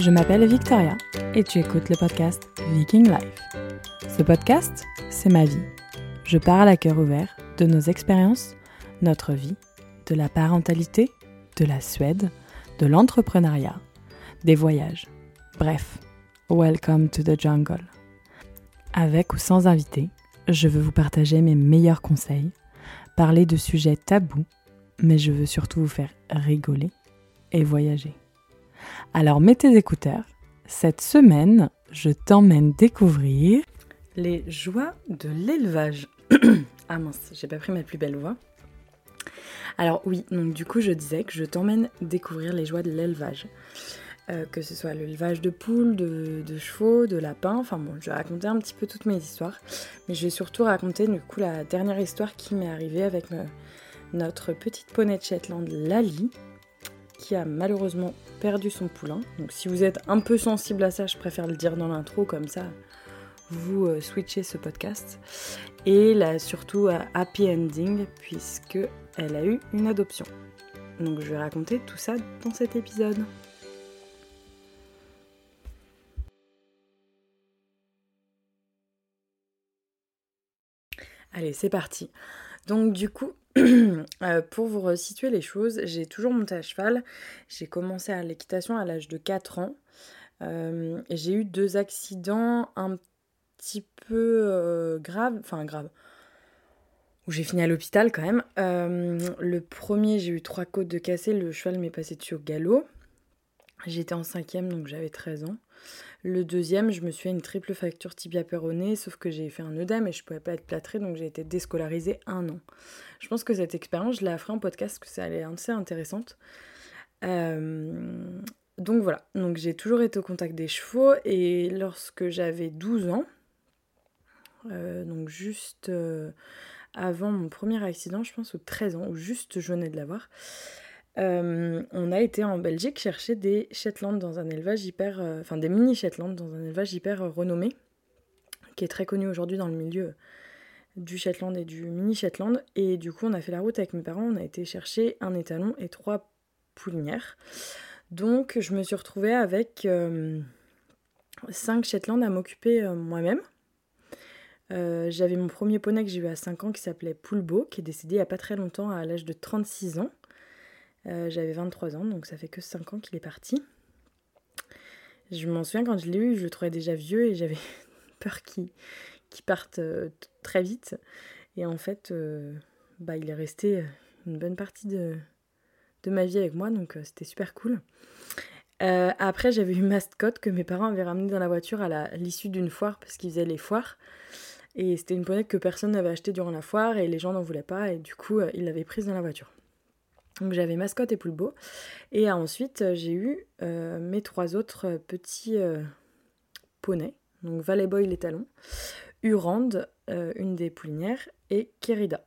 Je m'appelle Victoria et tu écoutes le podcast Viking Life. Ce podcast, c'est ma vie. Je parle à cœur ouvert de nos expériences, notre vie, de la parentalité, de la Suède, de l'entrepreneuriat, des voyages. Bref, welcome to the jungle. Avec ou sans invité, je veux vous partager mes meilleurs conseils, parler de sujets tabous, mais je veux surtout vous faire rigoler et voyager. Alors mets tes écouteurs, cette semaine, je t'emmène découvrir les joies de l'élevage. Ah mince, j'ai pas pris ma plus belle voix. Alors oui, donc du coup je disais que je t'emmène découvrir les joies de l'élevage. Que ce soit l'élevage de poules, de chevaux, de lapins, enfin bon, je vais raconter un petit peu toutes mes histoires. Mais je vais surtout raconter du coup la dernière histoire qui m'est arrivée avec notre petite poney de Shetland, Lali, qui a malheureusement perdu son poulain. Donc si vous êtes un peu sensible à ça, je préfère le dire dans l'intro, comme ça vous switchez ce podcast. Et là surtout happy ending, puisque elle a eu une adoption. Donc je vais raconter tout ça dans cet épisode. Allez, c'est parti. Donc du coup, pour vous resituer les choses, j'ai toujours monté à cheval. J'ai commencé à l'équitation à l'âge de 4 ans. Et j'ai eu 2 accidents un petit peu graves, où j'ai fini à l'hôpital quand même. Le premier, j'ai eu 3 côtes de cassé, le cheval m'est passé dessus au galop. J'étais en 5e, donc j'avais 13 ans. Le deuxième, je me suis fait une triple fracture tibia-péroné, sauf que j'ai fait un œdème et je pouvais pas être plâtrée, donc j'ai été déscolarisée 1 an. Je pense que cette expérience, je l'ai appris en podcast, parce que ça allait assez intéressante. Donc voilà, donc j'ai toujours été au contact des chevaux, et lorsque j'avais 12 ans, donc juste avant mon premier accident, je pense, ou 13 ans, ou juste je venais de l'avoir, on a été en Belgique chercher des Shetland dans un élevage des mini Shetland dans un élevage hyper renommé, qui est très connu aujourd'hui dans le milieu du Shetland et du mini Shetland. Et du coup, on a fait la route avec mes parents, on a été chercher un étalon et 3 poulinières. Donc, je me suis retrouvée avec 5 Shetland à m'occuper moi-même. J'avais mon premier poney que j'ai eu à 5 ans qui s'appelait Poulbeau, qui est décédé il n'y a pas très longtemps à l'âge de 36 ans. J'avais 23 ans, donc ça fait que 5 ans qu'il est parti. Je m'en souviens, quand je l'ai eu, je le trouvais déjà vieux et j'avais peur qu'il parte très vite. Et en fait, il est resté une bonne partie de ma vie avec moi, donc c'était super cool. Après, j'avais eu Mascotte que mes parents avaient ramené dans la voiture à l'issue d'une foire, parce qu'ils faisaient les foires. Et c'était une poney que personne n'avait achetée durant la foire et les gens n'en voulaient pas, et du coup, ils l'avaient prise dans la voiture. Donc j'avais Mascotte et Poulbeau. Et ensuite, j'ai eu mes 3 autres petits poneys. Donc Valley Boy l'étalon, Urande, une des poulinières, et Kérida.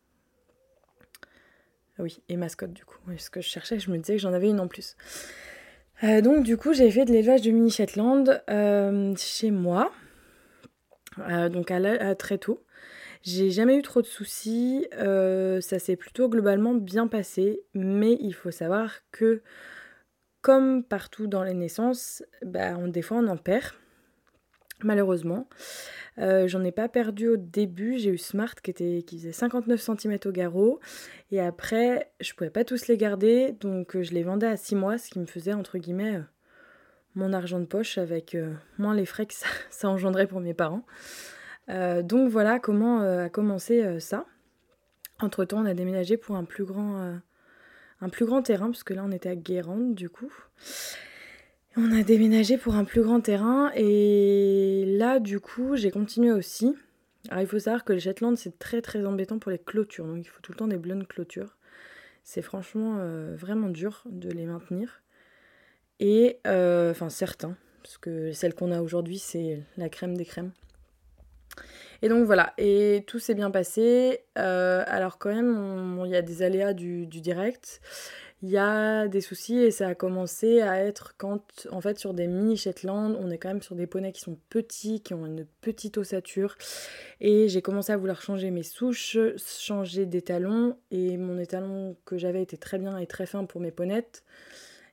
Oui, et Mascotte du coup. Oui, ce que je cherchais, je me disais que j'en avais une en plus. Donc du coup, j'ai fait de l'élevage de mini Shetland chez moi, donc très tôt. J'ai jamais eu trop de soucis, ça s'est plutôt globalement bien passé, mais il faut savoir que, comme partout dans les naissances, des fois on en perd, malheureusement. J'en ai pas perdu au début, j'ai eu Smart qui faisait 59 cm au garrot, et après je pouvais pas tous les garder, donc je les vendais à 6 mois, ce qui me faisait entre guillemets mon argent de poche, avec moins les frais que ça engendrait pour mes parents. Donc voilà comment a commencé ça. Entre-temps, on a déménagé pour un plus grand terrain, parce que là, on était à Guérande, du coup. On a déménagé pour un plus grand terrain, et là, du coup, j'ai continué aussi. Alors, il faut savoir que le Shetland, c'est très, très embêtant pour les clôtures. Donc, il faut tout le temps des blondes clôtures. C'est franchement vraiment dur de les maintenir. Et, certains, parce que celle qu'on a aujourd'hui, c'est la crème des crèmes. Et donc voilà, et tout s'est bien passé. Alors quand même, il y a des aléas du direct, il y a des soucis, et ça a commencé à être quand, en fait, sur des mini Shetland, on est quand même sur des poneys qui sont petits, qui ont une petite ossature, et j'ai commencé à vouloir changer mes souches, changer d'étalon, et mon étalon que j'avais était très bien et très fin pour mes ponettes,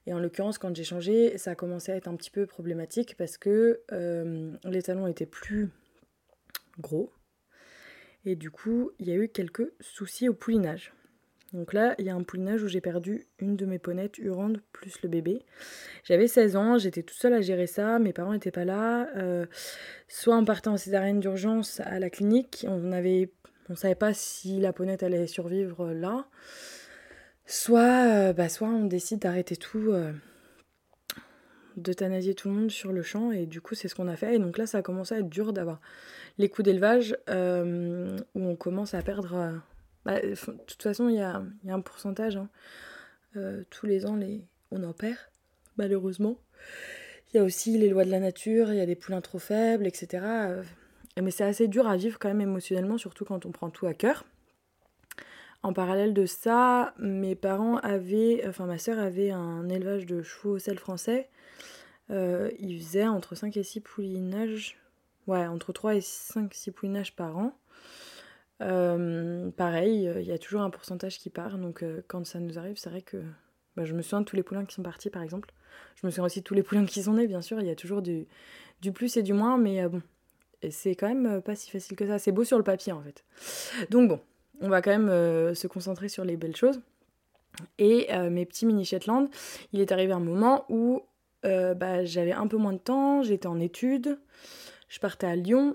Et en l'occurrence, quand j'ai changé, ça a commencé à être un petit peu problématique parce que les talons étaient plus gros. Et du coup, il y a eu quelques soucis au poulinage. Donc là, il y a un poulinage où j'ai perdu une de mes ponnettes, Urande, plus le bébé. J'avais 16 ans, j'étais toute seule à gérer ça, mes parents n'étaient pas là. Soit on partait en césarienne d'urgence à la clinique, on savait pas si la ponette allait survivre là. Soit on décide d'arrêter tout, d'euthanasier tout le monde sur le champ, et du coup c'est ce qu'on a fait. Et donc là ça a commencé à être dur d'avoir les coups d'élevage où on commence à perdre... de toute façon il y a un pourcentage, hein. Tous les ans on en perd, malheureusement. Il y a aussi les lois de la nature, il y a des poulains trop faibles, etc. Mais c'est assez dur à vivre quand même émotionnellement, surtout quand on prend tout à cœur. En parallèle de ça, ma sœur avait un élevage de chevaux au sel français. Il faisait entre 5 et 6 poulinages, entre 3 et 5-6 poulinages par an. Pareil, il y a toujours un pourcentage qui part, donc quand ça nous arrive, c'est vrai que je me souviens de tous les poulains qui sont partis, par exemple. Je me souviens aussi de tous les poulains qui sont nés, bien sûr, il y a toujours du plus et du moins, mais bon, c'est quand même pas si facile que ça. C'est beau sur le papier, en fait. Donc bon, on va quand même se concentrer sur les belles choses. Et mes petits mini Shetland, il est arrivé un moment où j'avais un peu moins de temps, j'étais en études, je partais à Lyon,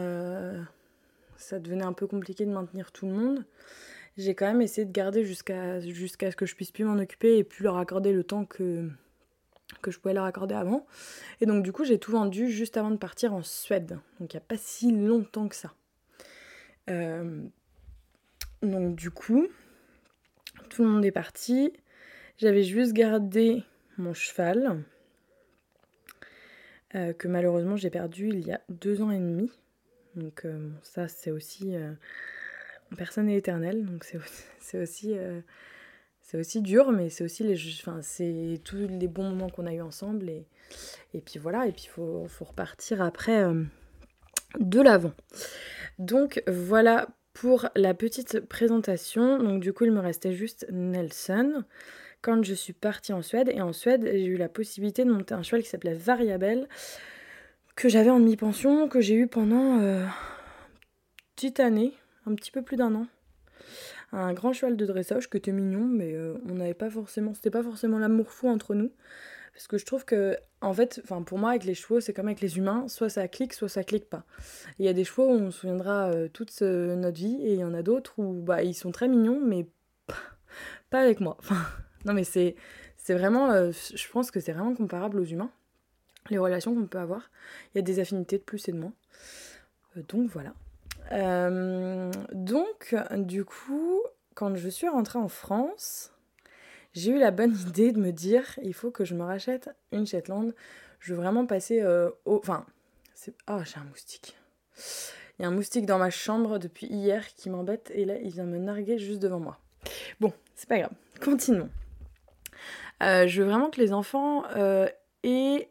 ça devenait un peu compliqué de maintenir tout le monde. J'ai quand même essayé de garder jusqu'à ce que je puisse plus m'en occuper et plus leur accorder le temps que je pouvais leur accorder avant. Et donc du coup j'ai tout vendu juste avant de partir en Suède, donc il n'y a pas si longtemps que ça. Donc du coup, tout le monde est parti, j'avais juste gardé mon cheval, que malheureusement j'ai perdu il y a 2 ans et demi. Donc ça c'est aussi... personne n'est éternelle, donc c'est aussi dur, mais c'est aussi c'est tous les bons moments qu'on a eu ensemble, et puis voilà, et puis il faut repartir après de l'avant. Donc voilà pour la petite présentation. Donc du coup il me restait juste Nelson quand je suis partie en Suède, et en Suède j'ai eu la possibilité de monter un cheval qui s'appelait Variabel, que j'avais en demi-pension, que j'ai eu pendant une petite année, un petit peu plus d'1 an. Un grand cheval de dressage qui était mignon, mais c'était pas forcément l'amour fou entre nous, parce que je trouve que, en fait, pour moi avec les chevaux c'est comme avec les humains, soit ça clique pas. Il y a des chevaux où on se souviendra toute notre vie, et il y en a d'autres où ils sont très mignons, mais pas avec moi. Non mais c'est vraiment, je pense que c'est vraiment comparable aux humains, les relations qu'on peut avoir. Il y a des affinités de plus et de moins. Donc voilà. Donc, du coup, quand je suis rentrée en France, j'ai eu la bonne idée de me dire, il faut que je me rachète une Shetland. Je veux vraiment passer au... j'ai un moustique. Il y a un moustique dans ma chambre depuis hier qui m'embête, et là, il vient me narguer juste devant moi. Bon, c'est pas grave. Continuons. Je veux vraiment que les enfants aient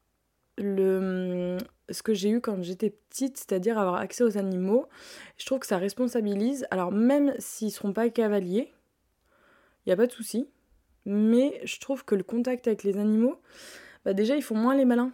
ce que j'ai eu quand j'étais petite, c'est-à-dire avoir accès aux animaux. Je trouve que ça responsabilise. Alors même s'ils seront pas cavaliers, il n'y a pas de souci, mais je trouve que le contact avec les animaux, déjà ils font moins les malins.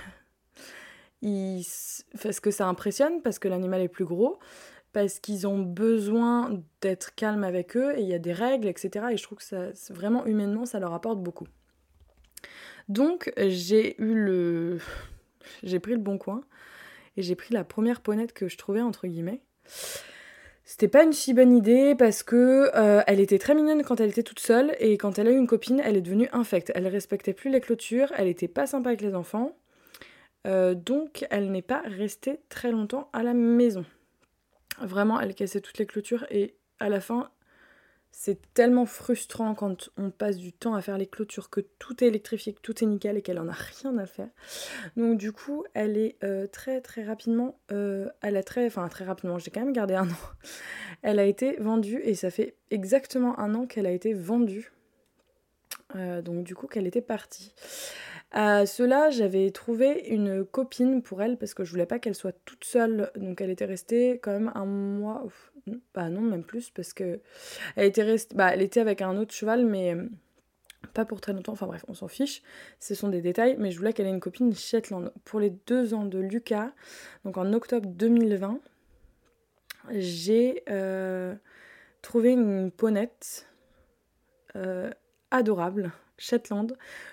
Parce que ça impressionne, parce que l'animal est plus gros, parce qu'ils ont besoin d'être calmes avec eux, et il y a des règles, etc. Et je trouve que ça, vraiment humainement, ça leur apporte beaucoup. Donc j'ai pris le bon coin, et j'ai pris la première ponette que je trouvais, entre guillemets. C'était pas une si bonne idée, parce que elle était très mignonne quand elle était toute seule, et quand elle a eu une copine, elle est devenue infecte. Elle respectait plus les clôtures, elle était pas sympa avec les enfants, donc elle n'est pas restée très longtemps à la maison. Vraiment, elle cassait toutes les clôtures, et à la fin, c'est tellement frustrant quand on passe du temps à faire les clôtures, que tout est électrifié, que tout est nickel, et qu'elle en a rien à faire. Donc du coup, elle est très très rapidement, très rapidement, j'ai quand même gardé 1 an. Elle a été vendue, et ça fait exactement 1 an qu'elle a été vendue. Donc du coup, qu'elle était partie. À cela, j'avais trouvé une copine pour elle, parce que je voulais pas qu'elle soit toute seule. Donc elle était restée quand même 1 mois. Non, même plus, parce que elle était avec un autre cheval, mais Pas pour très longtemps, enfin bref, on s'en fiche. Ce sont des détails, mais je voulais qu'elle ait une copine Shetland. Pour les 2 ans de Lucas, donc en octobre 2020, j'ai trouvé une ponette adorable, Shetland.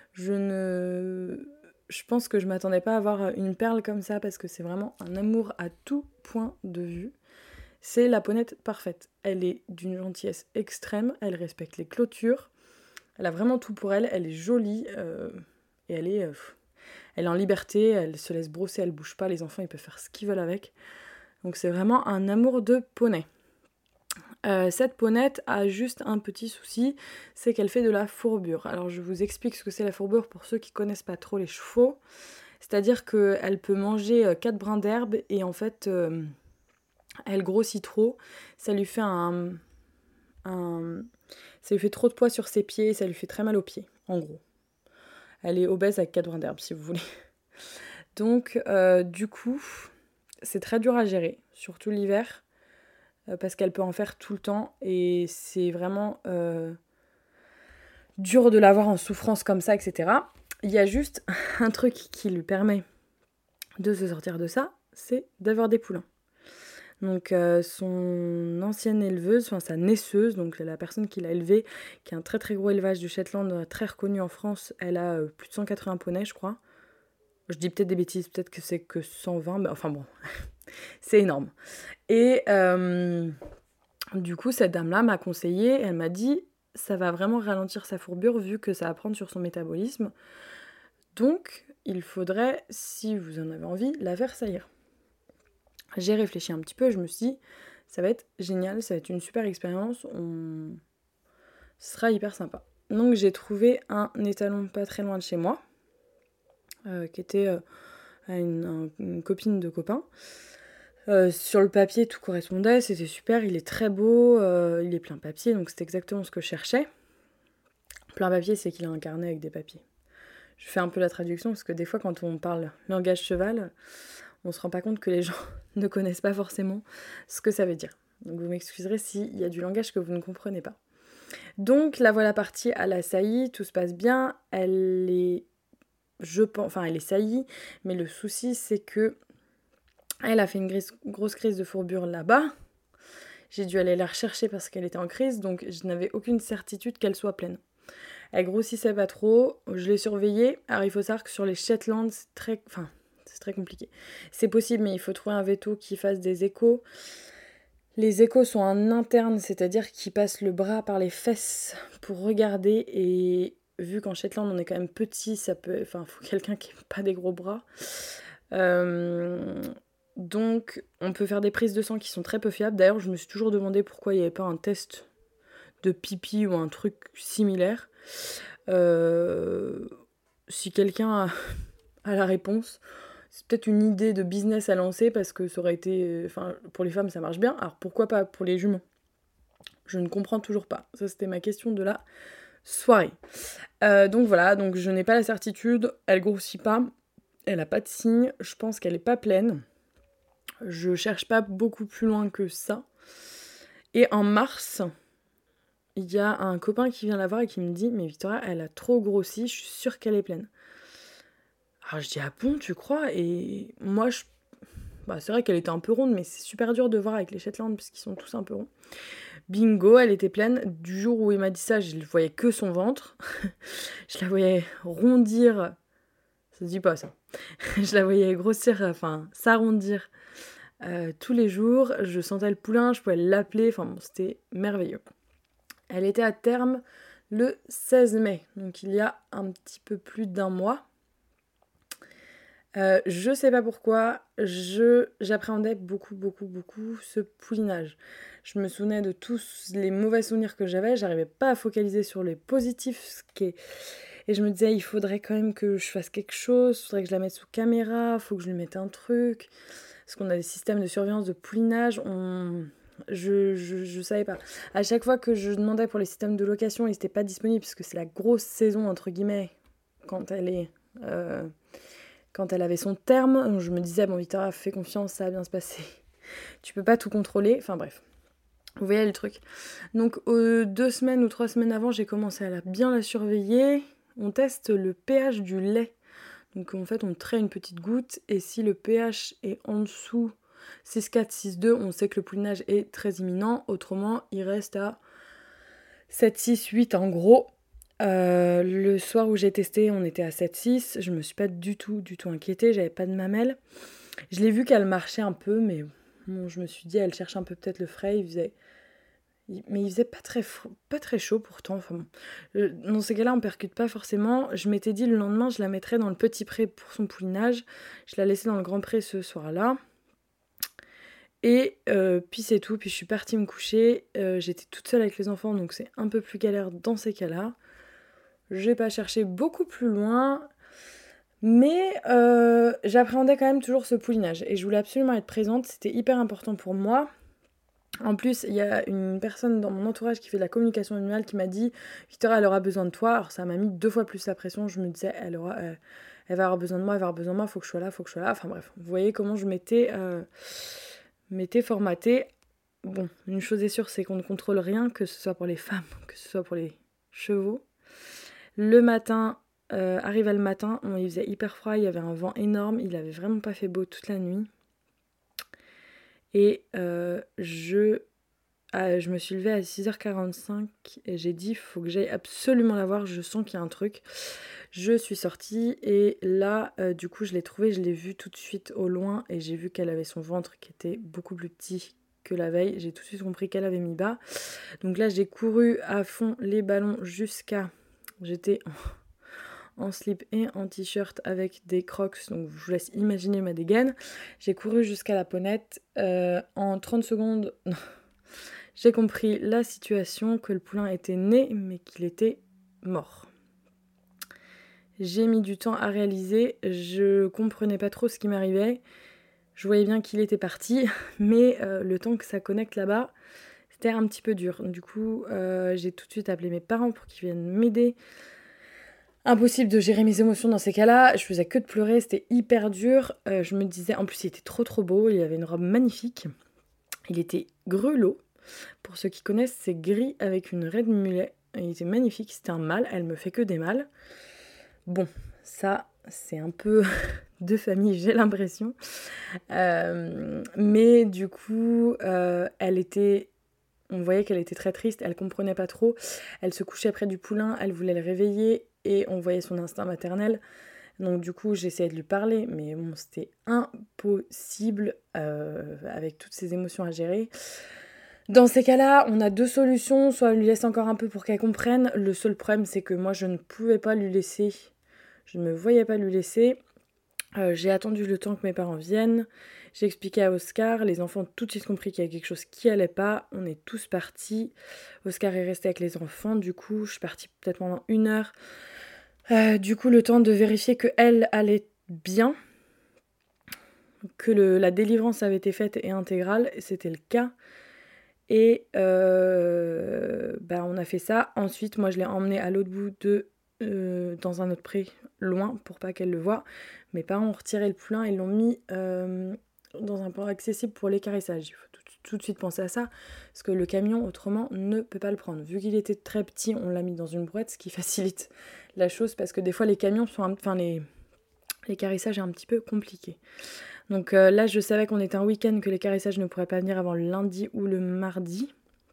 Je pense que je m'attendais pas à avoir une perle comme ça parce que c'est vraiment un amour à tout point de vue. C'est la ponette parfaite. Elle est d'une gentillesse extrême, elle respecte les clôtures, elle a vraiment tout pour elle, elle est jolie et elle est en liberté, elle se laisse brosser, elle bouge pas, les enfants ils peuvent faire ce qu'ils veulent avec. Donc c'est vraiment un amour de poney. Cette ponette a juste un petit souci, c'est qu'elle fait de la fourbure. Alors je vous explique ce que c'est la fourbure pour ceux qui connaissent pas trop les chevaux. C'est-à-dire qu'elle peut manger 4 brins d'herbe et en fait elle grossit trop. Ça lui fait ça lui fait trop de poids sur ses pieds et ça lui fait très mal aux pieds, en gros. Elle est obèse avec 4 brins d'herbe si vous voulez. Donc du coup, c'est très dur à gérer, surtout l'hiver. Parce qu'elle peut en faire tout le temps et c'est vraiment dur de l'avoir en souffrance comme ça, etc. Il y a juste un truc qui lui permet de se sortir de ça, c'est d'avoir des poulains. Donc son ancienne éleveuse, enfin sa naisseuse, donc la personne qui l'a élevée, qui a un très très gros élevage du Shetland, très reconnu en France, elle a plus de 180 poneys je crois. Je dis peut-être des bêtises, peut-être que c'est que 120, mais enfin bon, c'est énorme. Et du coup, cette dame-là m'a conseillé, elle m'a dit, ça va vraiment ralentir sa fourbure vu que ça va prendre sur son métabolisme. Donc, il faudrait, si vous en avez envie, la faire saillir. J'ai réfléchi un petit peu, je me suis dit, ça va être génial, ça va être une super expérience, ce sera hyper sympa. Donc, j'ai trouvé un étalon pas très loin de chez moi, qui était une copine de copain. Sur le papier, tout correspondait, c'était super, il est très beau, il est plein papier, donc c'est exactement ce que je cherchais. Plein papier, c'est qu'il a un carnet avec des papiers. Je fais un peu la traduction, parce que des fois, quand on parle langage cheval, on se rend pas compte que les gens ne connaissent pas forcément ce que ça veut dire. Donc vous m'excuserez s'il y a du langage que vous ne comprenez pas. Donc la voilà partie à la saillie, tout se passe bien, elle est saillie, mais le souci c'est que elle a fait une grosse crise de fourbure là-bas. J'ai dû aller la rechercher parce qu'elle était en crise, donc je n'avais aucune certitude qu'elle soit pleine. Elle grossissait pas trop, je l'ai surveillée. Alors il faut savoir que sur les Shetland, c'est très compliqué. C'est possible, mais il faut trouver un veto qui fasse des échos. Les échos sont en interne, c'est-à-dire qu'ils passent le bras par les fesses pour regarder. Et vu qu'en Shetland on est quand même petit, faut quelqu'un qui n'ait pas des gros bras. Donc on peut faire des prises de sang qui sont très peu fiables. D'ailleurs, je me suis toujours demandé pourquoi il n'y avait pas un test de pipi ou un truc similaire. Si quelqu'un a la réponse, c'est peut-être une idée de business à lancer parce que ça aurait été... pour les femmes, ça marche bien. Alors pourquoi pas pour les juments ? Je ne comprends toujours pas. Ça, c'était ma question de la soirée. Donc voilà, donc je n'ai pas la certitude. Elle grossit pas. Elle a pas de signe. Je pense qu'elle est pas pleine. Je cherche pas beaucoup plus loin que ça. Et en mars, il y a un copain qui vient la voir et qui me dit « Mais Victoria, elle a trop grossi, je suis sûre qu'elle est pleine. » Alors je dis « Ah bon, tu crois ?» Et moi, c'est vrai qu'elle était un peu ronde, mais c'est super dur de voir avec les Shetland parce qu'ils sont tous un peu ronds. Bingo, elle était pleine. Du jour où il m'a dit ça, je ne voyais que son ventre. Je la voyais rondir. Ça se dit pas ça. Je la voyais grossir, s'arrondir tous les jours. Je sentais le poulain, je pouvais l'appeler. C'était merveilleux. Elle était à terme le 16 mai, donc il y a un petit peu plus d'1 mois. Je sais pas pourquoi, j'appréhendais beaucoup ce poulinage. Je me souvenais de tous les mauvais souvenirs que j'arrivais pas à focaliser sur les positifs, et je me disais il faudrait quand même que je fasse quelque chose, il faudrait que je la mette sous caméra, faut que je lui mette un truc, parce qu'on a des systèmes de surveillance de poulinage, je savais pas. À chaque fois que je demandais pour les systèmes de location, ils n'étaient pas disponibles, parce que c'est la grosse saison, entre guillemets, quand elle avait son terme. Je me disais, bon Victoria, fais confiance, ça va bien se passer. Tu peux pas tout contrôler, enfin bref. Vous voyez le truc. Donc 2 semaines ou 3 semaines avant, j'ai commencé à bien la surveiller. On teste le pH du lait. Donc en fait, on trait une petite goutte et si le pH est en dessous 6,4, 6,2, on sait que le poulinage est très imminent. Autrement, il reste à 7, 6, 8 en gros. Le soir où j'ai testé, on était à 7, 6. Je me suis pas du tout inquiétée, j'avais pas de mamelle. Je l'ai vu qu'elle marchait un peu, mais bon, je me suis dit, elle cherche un peu peut-être le frais. Mais il faisait pas très chaud pourtant. Enfin, bon. Dans ces cas-là, on percute pas forcément. Je m'étais dit le lendemain, je la mettrais dans le petit pré pour son poulinage. Je la laissais dans le grand pré ce soir-là. Et puis c'est tout. Puis je suis partie me coucher. J'étais toute seule avec les enfants, donc c'est un peu plus galère dans ces cas-là. J'ai pas cherché beaucoup plus loin. Mais j'appréhendais quand même toujours ce poulinage. Et je voulais absolument être présente. C'était hyper important pour moi. En plus, il y a une personne dans mon entourage qui fait de la communication animale qui m'a dit Victoria, elle aura besoin de toi. Alors ça m'a mis 2 fois plus la pression. Je me disais, elle va avoir besoin de moi, elle va avoir besoin de moi, faut que je sois là. Enfin bref, vous voyez comment je m'étais formatée. Bon, une chose est sûre, c'est qu'on ne contrôle rien, que ce soit pour les femmes, que ce soit pour les chevaux. Le matin, arrivé le matin, il faisait hyper froid, il y avait un vent énorme, il avait vraiment pas fait beau toute la nuit. Et je me suis levée à 6h45 et j'ai dit, faut que j'aille absolument la voir, je sens qu'il y a un truc. Je suis sortie et là, du coup, je l'ai trouvée, je l'ai vue tout de suite au loin et j'ai vu qu'elle avait son ventre qui était beaucoup plus petit que la veille. J'ai tout de suite compris qu'elle avait mis bas. Donc là, j'ai couru à fond les ballons jusqu'à... J'étais en slip et en t-shirt avec des crocs, donc je vous laisse imaginer ma dégaine. J'ai couru jusqu'à la ponette. En 30 secondes... J'ai compris la situation, que le poulain était né, mais qu'il était mort. J'ai mis du temps à réaliser, je comprenais pas trop ce qui m'arrivait. Je voyais bien qu'il était parti, mais le temps que ça connecte là-bas, c'était un petit peu dur. Du coup, j'ai tout de suite appelé mes parents pour qu'ils viennent m'aider. Impossible de gérer mes émotions dans ces cas-là, je faisais que de pleurer, c'était hyper dur. Je me disais, en plus il était trop beau, il avait une robe magnifique. Il était grelot. Pour ceux qui connaissent, c'est gris avec une raie de mulet. Il était magnifique, c'était un mâle, elle me fait que des mâles. Bon, ça, c'est un peu de famille, j'ai l'impression. Mais du coup, on voyait qu'elle était très triste, elle comprenait pas trop. Elle se couchait près du poulain, elle voulait le réveiller et on voyait son instinct maternel. Donc du coup, j'essayais de lui parler, mais bon, c'était impossible avec toutes ces émotions à gérer. Dans ces cas-là, on a 2 solutions, soit on lui laisse encore un peu pour qu'elle comprenne. Le seul problème, c'est que moi, je ne pouvais pas lui laisser. Je ne me voyais pas lui laisser. J'ai attendu le temps que mes parents viennent. J'ai expliqué à Oscar. Les enfants ont tout de suite compris qu'il y a quelque chose qui allait pas. On est tous partis. Oscar est resté avec les enfants. Du coup, je suis partie peut-être pendant 1 heure. Du coup, le temps de vérifier qu'elle allait bien. Que la délivrance avait été faite et intégrale. C'était le cas. Et on a fait ça. Ensuite, moi, je l'ai emmenée à l'autre bout dans un autre pré, loin, pour pas qu'elle le voie. Mes parents ont retiré le poulain et l'ont mis dans un point accessible pour l'équarrissage. Il faut tout de suite penser à ça, parce que le camion, autrement, ne peut pas le prendre. Vu qu'il était très petit, on l'a mis dans une brouette, ce qui facilite la chose, parce que des fois, les camions sont... l'équarrissage est un petit peu compliqué. Donc là, je savais qu'on était un week-end, que l'équarrissage ne pourrait pas venir avant le lundi ou le mardi.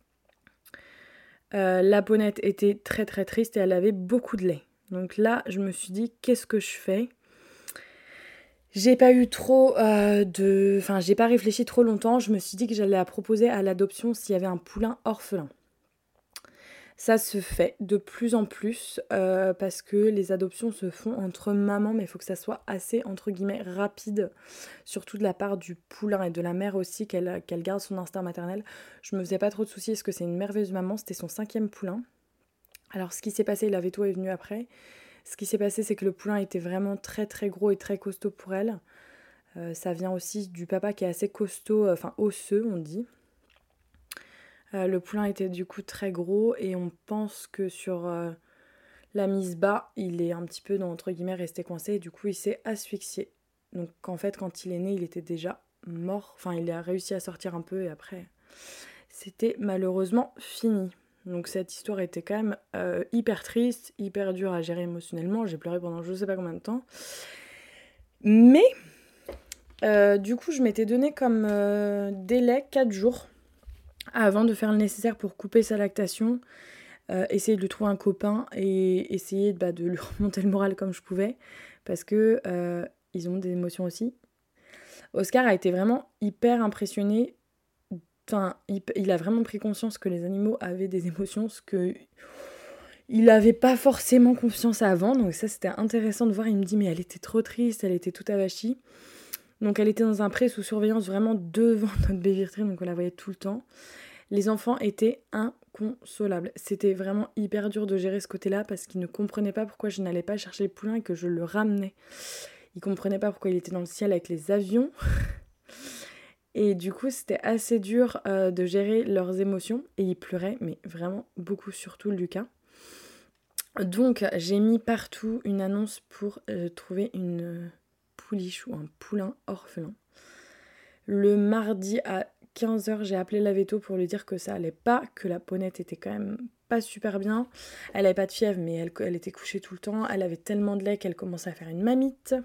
La ponette était très très triste et elle avait beaucoup de lait. Donc là, je me suis dit, qu'est-ce que je fais ? J'ai pas eu trop j'ai pas réfléchi trop longtemps. Je me suis dit que j'allais la proposer à l'adoption s'il y avait un poulain orphelin. Ça se fait de plus en plus parce que les adoptions se font entre mamans, mais il faut que ça soit assez, entre guillemets, rapide, surtout de la part du poulain et de la mère aussi, qu'elle garde son instinct maternel. Je me faisais pas trop de soucis parce que c'est une merveilleuse maman, c'était son 5e poulain. Alors ce qui s'est passé, la veto est venue après. Ce qui s'est passé, c'est que le poulain était vraiment très très gros et très costaud pour elle. Ça vient aussi du papa qui est assez costaud, osseux on dit. Le poulain était du coup très gros et on pense que sur la mise bas, il est un petit peu, entre guillemets, resté coincé et du coup il s'est asphyxié. Donc en fait quand il est né, il était déjà mort. Enfin il a réussi à sortir un peu et après c'était malheureusement fini. Donc cette histoire était quand même hyper triste, hyper dure à gérer émotionnellement. J'ai pleuré pendant je sais pas combien de temps. Mais du coup, je m'étais donné comme délai 4 jours avant de faire le nécessaire pour couper sa lactation, essayer de lui trouver un copain et essayer de lui remonter le moral comme je pouvais, parce que ils ont des émotions aussi. Oscar a été vraiment hyper impressionné. Enfin, il a vraiment pris conscience que les animaux avaient des émotions, ce que il n'avait pas forcément confiance avant. Donc ça, c'était intéressant de voir. Il me dit, mais elle était trop triste, elle était toute avachie. Donc elle était dans un pré sous surveillance vraiment devant notre baie vitrée, donc on la voyait tout le temps. Les enfants étaient inconsolables. C'était vraiment hyper dur de gérer ce côté-là parce qu'ils ne comprenaient pas pourquoi je n'allais pas chercher les poulains et que je le ramenais. Ils comprenaient pas pourquoi il était dans le ciel avec les avions. Et du coup, c'était assez dur de gérer leurs émotions. Et ils pleuraient, mais vraiment beaucoup, surtout Lucas. Donc, j'ai mis partout une annonce pour trouver une pouliche ou un poulain orphelin. Le mardi à 15h, j'ai appelé la veto pour lui dire que ça allait pas, que la ponette était quand même pas super bien. Elle avait pas de fièvre, mais elle était couchée tout le temps. Elle avait tellement de lait qu'elle commençait à faire une mamite.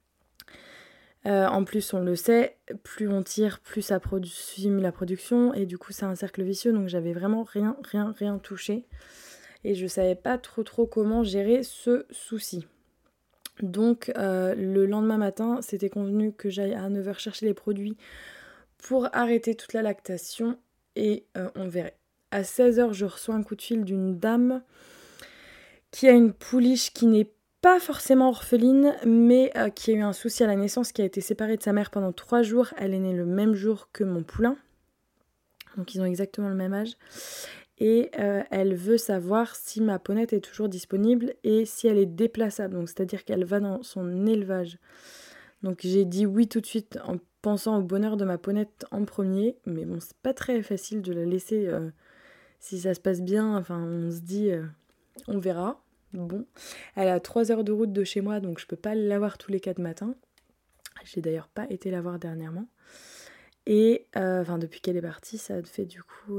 En plus, on le sait, plus on tire, plus ça simule la production. Et du coup, c'est un cercle vicieux. Donc, j'avais vraiment rien touché. Et je savais pas trop comment gérer ce souci. Donc, le lendemain matin, c'était convenu que j'aille à 9h chercher les produits pour arrêter toute la lactation et on verrait. À 16h, je reçois un coup de fil d'une dame qui a une pouliche qui n'est pas forcément orpheline, mais qui a eu un souci à la naissance, qui a été séparée de sa mère pendant 3 jours. Elle est née le même jour que mon poulain, donc ils ont exactement le même âge. Et elle veut savoir si ma ponette est toujours disponible et si elle est déplaçable, donc c'est-à-dire qu'elle va dans son élevage. Donc j'ai dit oui tout de suite en pensant au bonheur de ma ponette en premier, mais bon, c'est pas très facile de la laisser si ça se passe bien. Enfin, on se dit, on verra. Bon, elle a 3 heures de route de chez moi, donc je peux pas l'avoir tous les 4 matins. J'ai d'ailleurs pas été la voir dernièrement. Et depuis qu'elle est partie, ça fait du coup...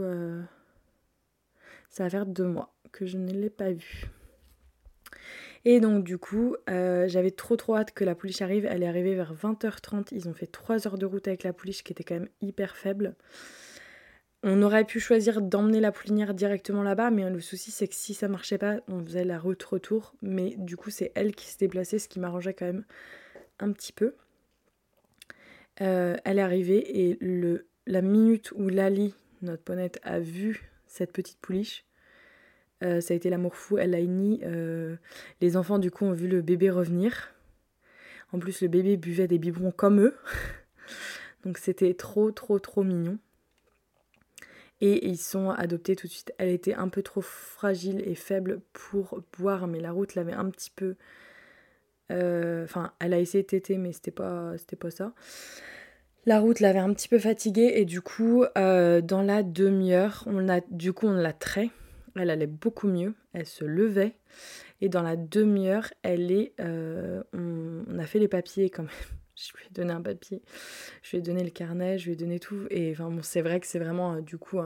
ça va faire 2 mois que je ne l'ai pas vue. Et donc du coup, j'avais trop hâte que la pouliche arrive. Elle est arrivée vers 20h30. Ils ont fait 3 heures de route avec la pouliche qui était quand même hyper faible. On aurait pu choisir d'emmener la poulinière directement là-bas, mais le souci c'est que si ça marchait pas, on faisait la route retour. Mais du coup, c'est elle qui se déplaçait, ce qui m'arrangeait quand même un petit peu. Elle est arrivée et la minute où Lali, notre ponette, a vu cette petite pouliche, ça a été l'amour fou. Elle a uni. Les enfants, du coup, ont vu le bébé revenir. En plus, le bébé buvait des biberons comme eux. Donc, c'était trop mignon. Et ils sont adoptés tout de suite. Elle était un peu trop fragile et faible pour boire, mais la route l'avait un petit peu... elle a essayé de téter, mais c'était pas ça. La route l'avait un petit peu fatiguée et du coup, dans la demi-heure, on la trait. Elle allait beaucoup mieux, elle se levait. Et dans la demi-heure, on a fait les papiers quand même. Je lui ai donné un papier, je lui ai donné le carnet, je lui ai donné tout. Et c'est vrai que c'est vraiment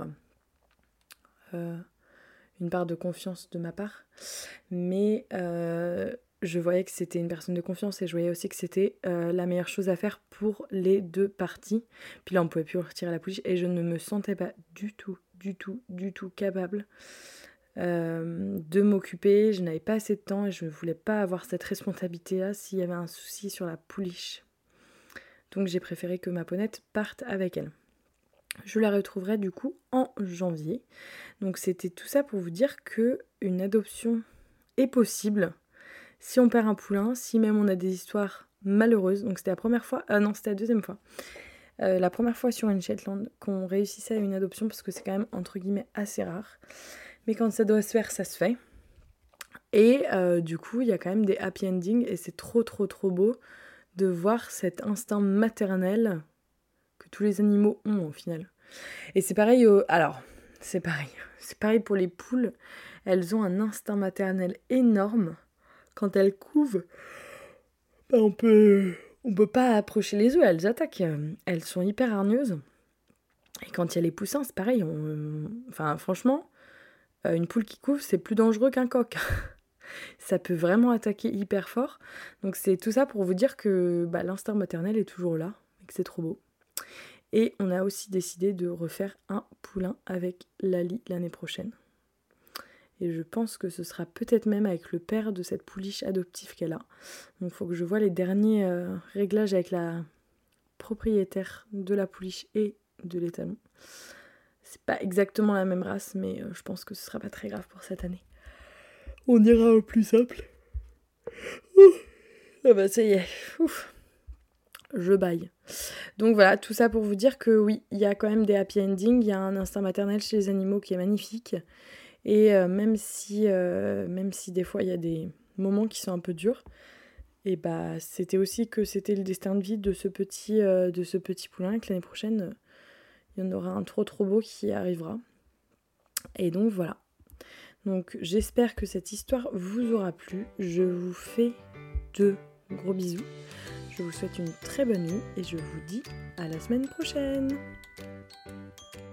une part de confiance de ma part. Mais je voyais que c'était une personne de confiance et je voyais aussi que c'était la meilleure chose à faire pour les 2 parties. Puis là, on pouvait plus retirer la pouliche et je ne me sentais pas du tout capable de m'occuper. Je n'avais pas assez de temps et je ne voulais pas avoir cette responsabilité-là s'il y avait un souci sur la pouliche. Donc j'ai préféré que ma ponette parte avec elle. Je la retrouverai du coup en janvier. Donc c'était tout ça pour vous dire que une adoption est possible si on perd un poulain, si même on a des histoires malheureuses. Donc c'était la première fois, c'était la deuxième fois. La première fois sur une Shetland qu'on réussissait à une adoption parce que c'est quand même entre guillemets assez rare. Mais quand ça doit se faire, ça se fait. Et du coup, il y a quand même des happy endings et c'est trop beau de voir cet instinct maternel que tous les animaux ont au final. Et c'est pareil, c'est pareil pour les poules. Elles ont un instinct maternel énorme. Quand elles couvent, on peut pas approcher les œufs, elles attaquent. Elles sont hyper hargneuses. Et quand il y a les poussins, c'est pareil. Enfin, franchement, une poule qui couve, c'est plus dangereux qu'un coq. Ça peut vraiment attaquer hyper fort. Donc c'est tout ça pour vous dire que l'instinct maternel est toujours là et que c'est trop beau. Et on a aussi décidé de refaire un poulain avec Lali l'année prochaine. Et je pense que ce sera peut-être même avec le père de cette pouliche adoptive qu'elle a. Donc il faut que je vois les derniers réglages avec la propriétaire de la pouliche et de l'étalon. C'est pas exactement la même race, mais je pense que ce sera pas très grave pour cette année. On ira au plus simple. Ah bah ça y est, ouf, je baille. Donc voilà, tout ça pour vous dire que oui, il y a quand même des happy endings, il y a un instinct maternel chez les animaux qui est magnifique. Et même si des fois il y a des moments qui sont un peu durs, et c'était aussi que c'était le destin de vie de ce petit poulain, et que l'année prochaine, il y en aura un trop beau qui arrivera. Et donc voilà. Donc j'espère que cette histoire vous aura plu. Je vous fais de gros bisous. Je vous souhaite une très bonne nuit et je vous dis à la semaine prochaine.